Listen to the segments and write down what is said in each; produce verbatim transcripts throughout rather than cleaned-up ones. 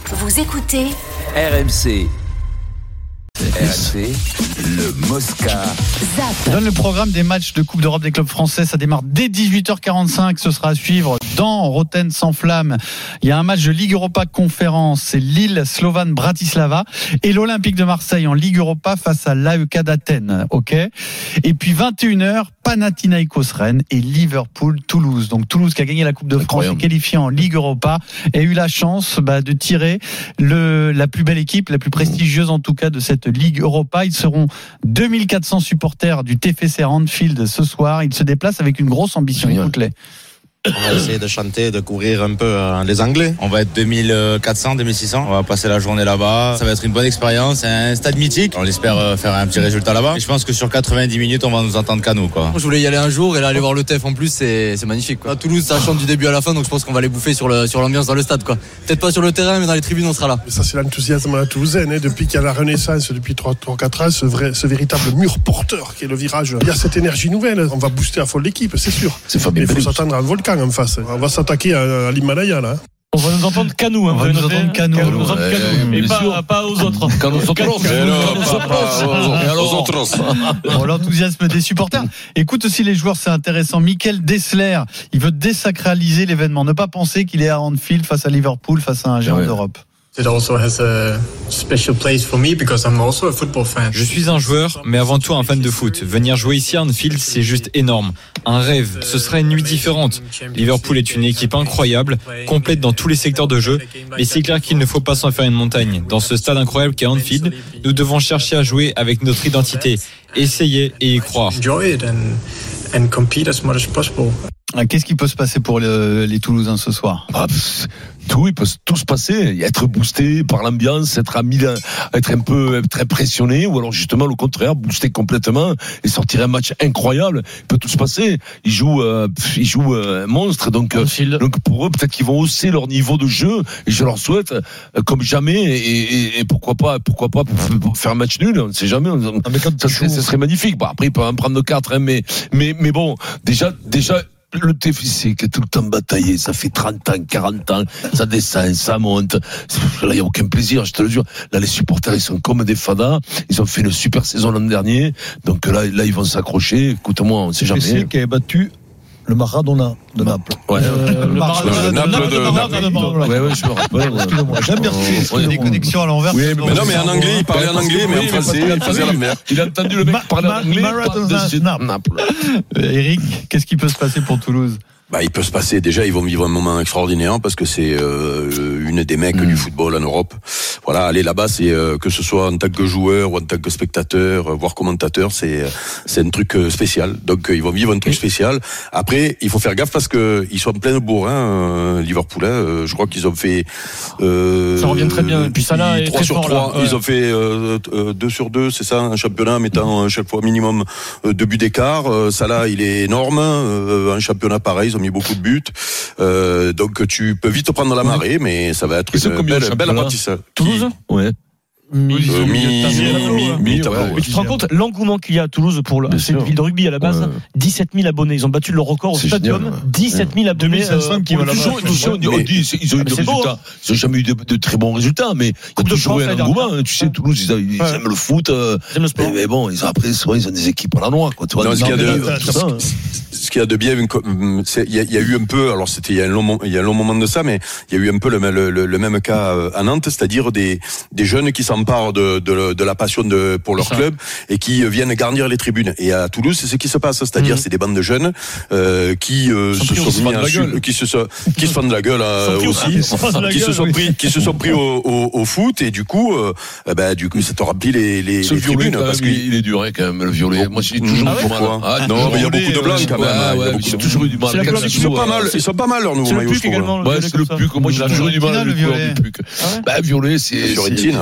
Vous écoutez R M C. R M C, le Mosca. Je donne le programme des matchs de Coupe d'Europe des clubs français. Ça démarre dès dix-huit heures quarante-cinq. Ce sera à suivre dans Rotten sans flamme. Il y a un match de Ligue Europa Conférence. C'est Lille, Slovan, Bratislava. Et l'Olympique de Marseille en Ligue Europa face à l'A E K d'Athènes. OK. Et puis vingt et une heures, Panathinaikos Rennes et Liverpool Toulouse. Donc Toulouse qui a gagné la Coupe de France et qualifié en Ligue Europa et a eu la chance bah, de tirer le, la plus belle équipe, la plus prestigieuse en tout cas de cette Ligue Europa. Ils seront deux mille quatre cents supporters du T F C Anfield ce soir. Ils se déplacent avec une grosse ambition. Écoute-les. On va essayer de chanter, de courir un peu euh, les Anglais. On va être deux mille quatre cents, deux mille six cents. On va passer la journée là-bas. Ça va être une bonne expérience. C'est un stade mythique. On espère euh, faire un petit résultat là-bas. Et je pense que sur quatre-vingt-dix minutes, on va nous entendre qu'à nous, quoi. Je voulais y aller un jour et là aller voir le T F en plus, c'est, c'est magnifique, quoi. À Toulouse, ça chante du début à la fin, donc je pense qu'on va les bouffer sur, le, sur l'ambiance dans le stade, quoi. Peut-être pas sur le terrain, mais dans les tribunes, on sera là. Ça, c'est l'enthousiasme à la toulousaine, hein. Depuis qu'il y a la Renaissance, depuis trois quatre ans, ce, vrai, ce véritable mur porteur qui est le virage. Il y a cette énergie nouvelle. On va booster à fond l'équipe, c'est sûr. C'est Fabien Il faut Bellucci. s'attendre à un volcan en face. On va s'attaquer à, à l'Himalaya, là. On va nous entendre qu'à nous, hein, On va nous entendre qu'à nous. On va nous entendre qu'à nous, et pas, pas aux autres. Qu'à nous autres. Bon, l'enthousiasme des supporters. Écoute aussi les joueurs, c'est intéressant. Michael Dessler, il veut désacraliser l'événement. Ne pas penser qu'il est à Anfield face à Liverpool, face à un géant Ouais. d'Europe. It also has a special place for me because I'm also a football fan. Je suis un joueur, mais avant tout un fan de foot. Venir jouer ici à Anfield, c'est juste énorme. Un rêve. Ce serait une nuit différente. Liverpool est une équipe incroyable, complète dans tous les secteurs de jeu. Mais c'est clair qu'il ne faut pas s'en faire une montagne. Dans ce stade incroyable qu'est Anfield, nous devons chercher à jouer avec notre identité. Essayer et y croire. Enjoy it and and compete as much as possible. Qu'est-ce qui peut se passer pour le, les Toulousains ce soir? Ah, pff, tout, il peut tout se passer. Être boosté par l'ambiance, être, ami, être un peu être impressionné, ou alors justement le contraire, booster complètement et sortir un match incroyable. Il peut tout se passer. Ils jouent, euh, ils jouent euh, un monstre, donc, euh, donc pour eux, peut-être qu'ils vont hausser leur niveau de jeu. Et je leur souhaite, euh, comme jamais, et, et, et pourquoi pas, pourquoi pas pour, pour faire un match nul. On ne sait jamais. On, ah, mais quand ça, serait, ça serait magnifique. Bon, après, ils peuvent en prendre quatre, hein, mais, mais, mais bon, déjà, déjà. Le T F C qui est tout le temps bataillé, ça fait trente ans, quarante ans, ça descend, ça monte. Là, il n'y a aucun plaisir, je te le jure. Là, les supporters, ils sont comme des fadas. Ils ont fait une super saison l'an dernier. Donc là, là ils vont s'accrocher. Écoute-moi, on ne sait jamais. T F C qui a battu le Maradona de Naples. Ouais. Euh, le Maradona de Naples de Ouais, ouais, je me rappelle. Excusez-moi, j'aime bien Il y a des connexions à l'envers. Oui, mais non, mais en anglais, il parlait en anglais, mais en français, il faisait la merde. Il a entendu le mec parler en anglais. Maradona de Naples. Eric, qu'est-ce qui peut se passer pour Toulouse? Bah, il peut se passer, déjà, ils vont vivre un moment extraordinaire parce que c'est euh, une des mecs mmh. du football en Europe. Voilà, aller là-bas, c'est euh, que ce soit en tant que joueur ou en tant que spectateur, euh, voire commentateur, c'est c'est un truc euh, spécial. Donc, euh, ils vont vivre un truc spécial. Après, il faut faire gaffe parce que ils sont en plein bourrin, euh, Liverpool. Euh, je crois qu'ils ont fait euh, ça revient très bien. Et puis ça là est trois très sur fort, trois. Là. Ouais. Ils ont fait euh, deux sur deux, c'est ça, un championnat mettant à chaque fois minimum euh, deux buts d'écart. Euh, ça là, il est énorme. Euh, un championnat pareil. Ils ont mis beaucoup de buts, euh, donc tu peux vite prendre la marée, mais ça va être une belle, belle apprentissage. Toulouse, ouais. Mi, euh, mi, mi, mi, mi, tu te rends compte l'engouement qu'il y a à Toulouse pour le, c'est une ville de rugby à la base, ouais. dix-sept mille abonnés, ils ont battu le record au c'est stadium, génial, ouais. dix-sept mille abonnés. Euh, qui va toujours, toujours, on dit, ils ont eu des résultats, hein. Ils n'ont jamais eu de, de très bons résultats, mais il y a toujours eu un engouement. Tu sais, Toulouse, ils, ils ouais. aiment le foot, euh, le mais, mais bon, ils ont, après, souvent, ils ont des équipes à la noix, quoi. Tu vois, non, ce qu'il y a de, ce qu'il y a de bien, il y, y a eu un peu, alors c'était il y a un long, il y a un long moment de ça, mais il y a eu un peu le, le, le, le même cas à Nantes, c'est-à-dire des, des jeunes qui s'emparent de, de de la passion de, pour leur club et qui viennent garnir les tribunes. Et à Toulouse, c'est ce qui se passe, c'est-à-dire mmh. c'est des bandes de jeunes euh, qui euh, se sont mis en su- qui se sont, qui se font de la gueule euh, aussi, qui se sont pris, qui se sont pris au, au, au foot et du coup, euh, bah du coup, ça te remplit les, les, les tribunes parce qu'il est dur hein, quand même le violet. Moi, j'ai toujours eu du mal. Ah, non, mais il y a beaucoup de blancs quand même. J'ai toujours eu du mal. Ils sont pas mal, ils sont pas mal leurs nouveaux maillots. Ouais, c'est le puc. Moi, j'ai toujours eu du mal le violet. Bah violet, c'est violette.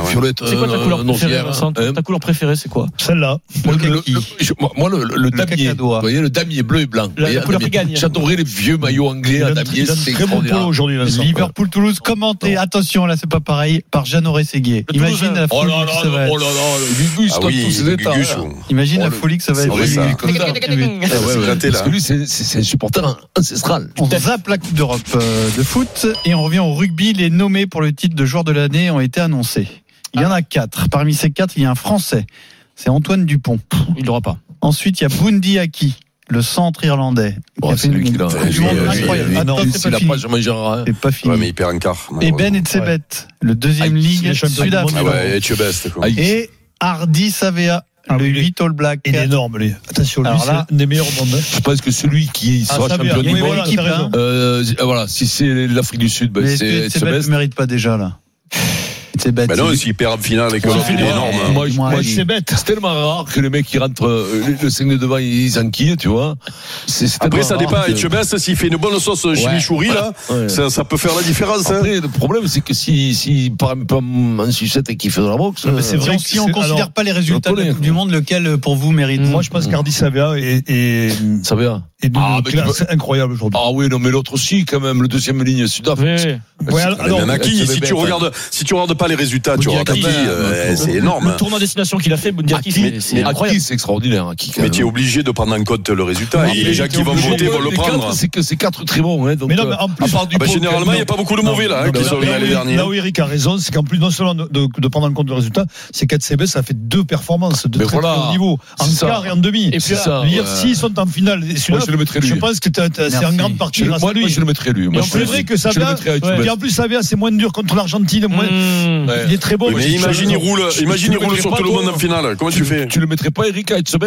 C'est quoi ta couleur euh, préférée, Nausière, Vincent hein. Ta couleur préférée, c'est quoi? Celle-là. Moi, le, le, le, je- moi, le, le, le damier, vous cacadois. voyez, le damier bleu et blanc. La- Vous voyez, la couleur damier. qui gagne. J'adorais les vieux maillots anglais Il à a un damier, il a un c'est très bon polo extraordinaire. aujourd'hui, Vincent. Liverpool-Toulouse commenté, attention là c'est pas pareil, par Jeannot Rességuier. Le Imagine Toulousain. la Oh folie là que là, ça va oh être. là là, le Gugus, Ah dans oui, tous ses le états. Gugus, hein. ou- Imagine Oh, la le- folie que ça va c'est être. vrai, ça. Oui, Comme ça. oui, oui. Ah ouais, ouais, éclaté, parce là. que lui, c'est c'est- c'est un supporter ancestral. On zappe la Coupe d'Europe euh, de foot et on revient au rugby. Les nommés pour le titre de joueur de l'année ont été annoncés. Il y en a quatre. Parmi ces quatre, il y a un Français. C'est Antoine Dupont. Il l'aura pas. Ensuite, il y a Bundy Aki, le centre irlandais. qui Bon, a c'est fait lui une qui l'a. Coupe du lui, Monde lui, incroyable. lui, Ah non, lui, c'est s'il pas a fini. pas, je mangerai. C'est pas fini. Ouais, mais il perd un quart. Et Ben malheureusement. Etzebet, le deuxième Ah, ligue il est champion du monde. sud-africain. Ah ouais, tu best, quoi. Ah, Et Hardy Savea, Ah le oui, lui. huit All Black. Il est énorme, lui. Attention, lui, Alors là- c'est un des meilleurs au monde. Je pense que celui qui Ah, sera ça champion vient. du Oui, monde, voilà, équipe, t'as raison. hein. euh, voilà, si c'est l'Afrique du Sud, ben Mais c'est Etzebet Etzebet. ne mérite pas déjà là. Etzebet. Ben non, c'est- s'il perd en finale et que Ouais, l'autre il est ouais, énorme. ouais. hein. Moi, je- Moi, moi, il- je- C'est bête. c'est tellement rare que les mecs qui rentrent euh, le, le cinq de devant ils enquillent, tu vois. C'est c'est Après, tellement ça rare dépend. que- Et Chebest, s'il fait une bonne sauce chimichurri, là, Ouais. ça, ça peut faire la différence. hein. Après, le problème, c'est que s'il si, part un peu en sucette et qu'il fait de la boxe. Non, mais c'est euh, Si vrai on, que si on c'est- considère alors, pas les résultats de la connais, Coupe du Monde, lequel pour vous mérite? Moi, je pense qu'Hardy Savea est, est, ça va. est d'une Ah, mais tu classe incroyable aujourd'hui. Ah oui, non, mais l'autre aussi, quand même, le deuxième ligne sud-afrique. Ouais, alors, Mais même Aki, Etzebet, si tu hein. regardes, si tu regardes pas les résultats, tu Bundy regardes Aki, Aki, euh, c'est énorme. Le tournoi destination qu'il a fait, Bundy Aki, c'est- c'est Aki, incroyable. c'est extraordinaire. Aki, quand Mais même. tu es obligé de prendre en compte le résultat. Non, Et mais les gens qui t'es vont obligé voter de- vont le les prendre. quatre, C'est que c'est quatre très bons. Hein, donc, Mais non, mais euh, en plus- à part du Ah bah, Pau, généralement, il n'y a pas beaucoup de mauvais là, hein, qui Là- sont là l'année où- dernière. Là où Eric a raison, c'est qu'en plus, non seulement de, de- de prendre en compte le résultat, c'est qu'Etzebet, ça fait deux performances de Mais très, voilà, très haut niveau, en c'est ça. quart et en demi. Et puis ça, dire, ouais. s'ils sont en finale, et celui-là, Moi, je le mettrais lui. je pense que t'as- t'as- c'est Merci. en grande partie Je le- grâce moi, à lui. moi, je le mettrais lui. Moi, Et en je plus, le- c'est vrai que je le Savea, mettrais avec et Etzebet. en plus, Savea, c'est moins dur contre l'Argentine, moins, Mmh. Ouais. il est très bon. Oui, mais aussi. imagine, il roule, Tu- imagine, tu il le roule mettrais sur pas, tout le toi monde en finale. Comment tu fais? Tu le mettrais pas, Eric, à Etzebet?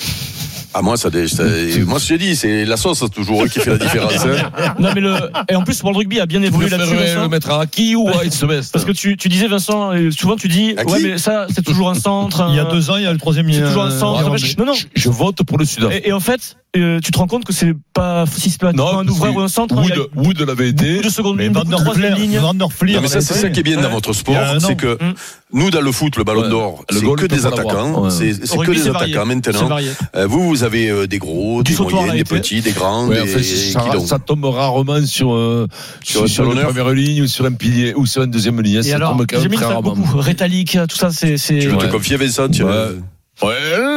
Ah, moi, ça, dé- ça- moi, ce que j'ai dit, c'est la sauce, toujours, qui fait la différence. hein. Non, mais le, et en plus, pour le rugby a bien Vous évolué là-dessus, préférez Vincent. le mettre à Aki ou à Etzebet? Parce que tu, tu disais, Vincent, euh, souvent tu dis, À qui ouais, mais ça, c'est toujours un centre. Il y a euh, deux ans, il y a le troisième. c'est toujours un euh, centre. Irlandais. Non, non. Je, je vote pour le Sud-Afrique. Et, et en fait, euh, tu te rends compte que c'est pas systématiquement un ouvreur ou un centre. il y a Wood, Wood l'avait été. beaucoup de seconde Mais ligne, beaucoup de troisième ligne. Van der Vlier, Non, mais ça, c'est ça qui est bien dans Ouais. votre Il y sport, a un c'est an. que Hum. nous, dans le foot, le ballon Ouais. d'or, Le c'est goal, que il peut des pas l'avoir. attaquants. Ouais. C'est Au c'est que rugby, des c'est varié. attaquants C'est maintenant. varié. Euh, Vous, vous avez euh, des gros, Du des sautoir, moyens, là, des été. petits, des grands, Ouais, des, en fait, qui ça, donc. ça tombe rarement sur, euh, Sur sur, un une talonneur. première ligne ou sur un pilier ou sur une deuxième ligne. Et Ça alors, tombe quand j'ai même mis très ça rarement. beaucoup. Rétalique, tout ça, c'est, c'est. Tu veux te Ouais. confier, Vincent? tu- Ouais. Ouais.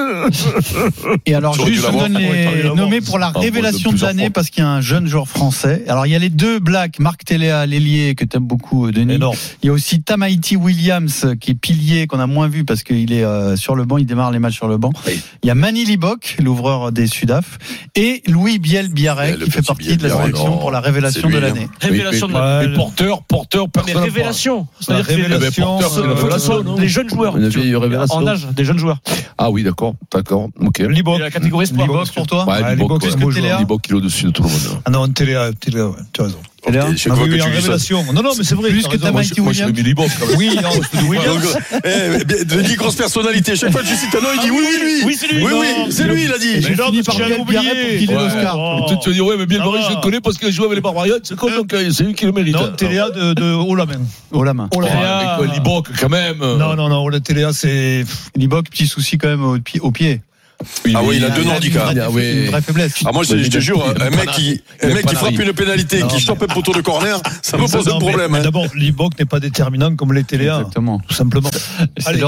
Et alors, J'aurais dû juste, je l'avoir. donne Ouais, t'aurais dû les l'avoir. nommés pour la Ah, moi, de révélation plus de en l'année plus. parce qu'il y a un jeune joueur français. Alors, il y a les deux Blacks, Marc Téléa, l'ailier, que t'aimes beaucoup, Denis. Énorme. Il y a aussi Tamaiti Williams, qui est pilier, qu'on a moins vu parce qu'il est euh, sur le banc, il démarre les matchs sur le banc. Oui. Il y a Mani Libok, l'ouvreur des Sudaf, et Louis Biel Biarrec, Ouais, le qui fait petit partie Biel de la Biarrec. sélection Non, pour la révélation c'est lui, de hein. l'année. Révélation de mais, la. mais, Ouais. mais porteur, porteur, Mais personne. révélation. C'est-à-dire La que c'est le- révélation, porteur, c'est euh, la faut que ce révélation, soit non des jeunes joueurs. Une tu- vieille révélation. En âge, des jeunes joueurs. Ah oui, d'accord, d'accord, ok. Libok. Et la catégorie espoir. Libok pour toi? Ouais, Ouais, Libok, Libok, ouais. c'est un beau joueur. Téléa. Libok, il est au-dessus de tout le monde. Ah non, Téléa, Téléa, ouais, tu as raison. Téléa. Je Ah crois oui, que oui, tu en dis ça. révélation. Non, non, mais c'est vrai. Plus t'as que raison. ta Moi, Mighty je- moi, je Williams. l'ai mis Libok, quand même. Oui, non, je te dis Williams. Donc, eh, bien, Denis, grosse personnalité. Chaque fois que tu cites un nom, il dit oui, oui, lui. Oui, c'est lui. Oui, Non. oui, c'est lui, il a dit. Mais non, fini mais par j'ai Biel oublié. Biarrec pour qu'il ait Ouais. l'Oscar. Oh. Tu tu vas dire, ouais, mais bien Ça Boris, va. je le connais parce qu'il a joué avec les Barbarians. C'est con, donc euh, c'est lui qui le mérite. Non, Téléa de, de haut la main. Oh la main. Oh la main. Ouais, avec, euh, Libok, quand même. Non, non, non, la Téléa, c'est. Libok, petit souci quand même au pied. Au pied. Oui, Ah mais oui, il a deux une handicaps. vraie- Ah oui. Une vraie faiblesse. Ah, moi, je, je te jure, un mec qui, un mec qui frappe une pénalité, qui chope un poteau de corner, ça me pose un Non, mais- problème. mais hein. D'abord, l'Ibok n'est pas déterminant comme les Téléa. Exactement. Tout simplement. C'est Allez.